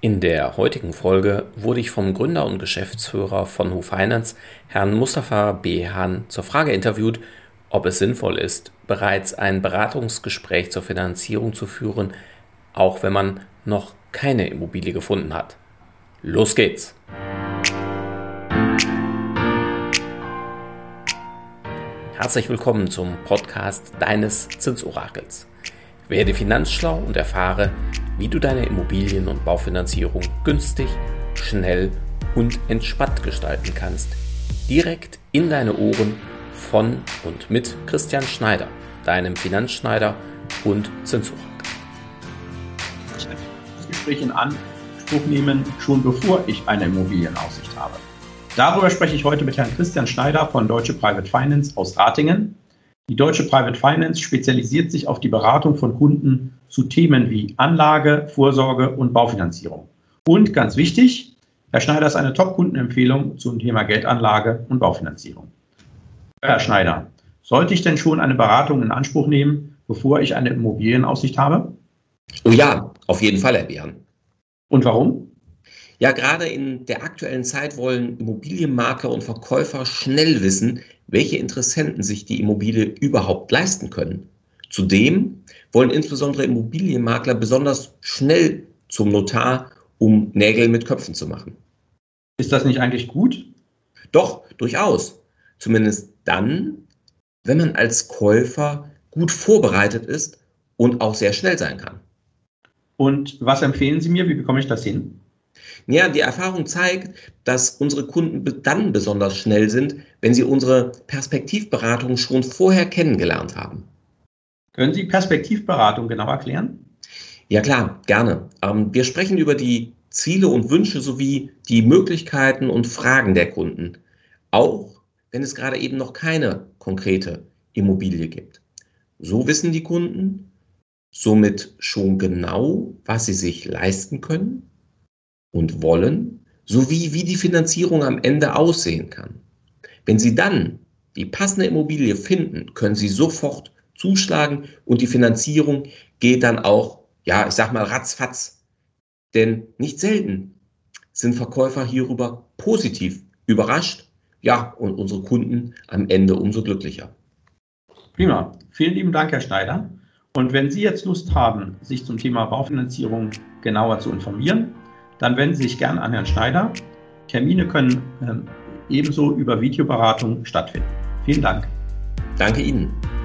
In der heutigen Folge wurde ich vom Gründer und Geschäftsführer von Who Finance, Herrn Mustafa B. Hahn, zur Frage interviewt, ob es sinnvoll ist, bereits ein Beratungsgespräch zur Finanzierung zu führen, auch wenn man noch keine Immobilie gefunden hat. Los geht's! Herzlich willkommen zum Podcast deines Zinsorakels. Werde finanzschlau und erfahre, wie du deine Immobilien- und Baufinanzierung günstig, schnell und entspannt gestalten kannst. Direkt in deine Ohren von und mit Christian Schneider, deinem Finanzschneider und Zinsorakel. Das Gespräch in Anspruch nehmen, schon bevor ich eine Immobilienaussicht habe. Darüber spreche ich heute mit Herrn Christian Schneider von Deutsche Private Finance aus Ratingen. Die Deutsche Private Finance spezialisiert sich auf die Beratung von Kunden zu Themen wie Anlage, Vorsorge und Baufinanzierung. Und ganz wichtig, Herr Schneider ist eine Top-Kundenempfehlung zum Thema Geldanlage und Baufinanzierung. Herr Schneider, sollte ich denn schon eine Beratung in Anspruch nehmen, bevor ich eine Immobilienaussicht habe? Oh ja, auf jeden Fall, Herr Behan. Und warum? Ja, gerade in der aktuellen Zeit wollen Immobilienmakler und Verkäufer schnell wissen, welche Interessenten sich die Immobilie überhaupt leisten können. Zudem wollen insbesondere Immobilienmakler besonders schnell zum Notar, um Nägel mit Köpfen zu machen. Ist das nicht eigentlich gut? Doch, durchaus. Zumindest dann, wenn man als Käufer gut vorbereitet ist und auch sehr schnell sein kann. Und was empfehlen Sie mir? Wie bekomme ich das hin? Ja, die Erfahrung zeigt, dass unsere Kunden dann besonders schnell sind, wenn sie unsere Perspektivberatung schon vorher kennengelernt haben. Können Sie Perspektivberatung genau erklären? Ja klar, gerne. Wir sprechen über die Ziele und Wünsche sowie die Möglichkeiten und Fragen der Kunden, auch wenn es gerade eben noch keine konkrete Immobilie gibt. So wissen die Kunden somit schon genau, was sie sich leisten können und wollen, sowie wie die Finanzierung am Ende aussehen kann. Wenn Sie dann die passende Immobilie finden, können Sie sofort zuschlagen und die Finanzierung geht dann auch, ja, ich sag mal ratzfatz. Denn nicht selten sind Verkäufer hierüber positiv überrascht, ja, und unsere Kunden am Ende umso glücklicher. Prima. Vielen lieben Dank, Herr Schneider. Und wenn Sie jetzt Lust haben, sich zum Thema Baufinanzierung genauer zu informieren, dann wenden Sie sich gern an Herrn Schneider. Termine können ebenso über Videoberatung stattfinden. Vielen Dank. Danke Ihnen.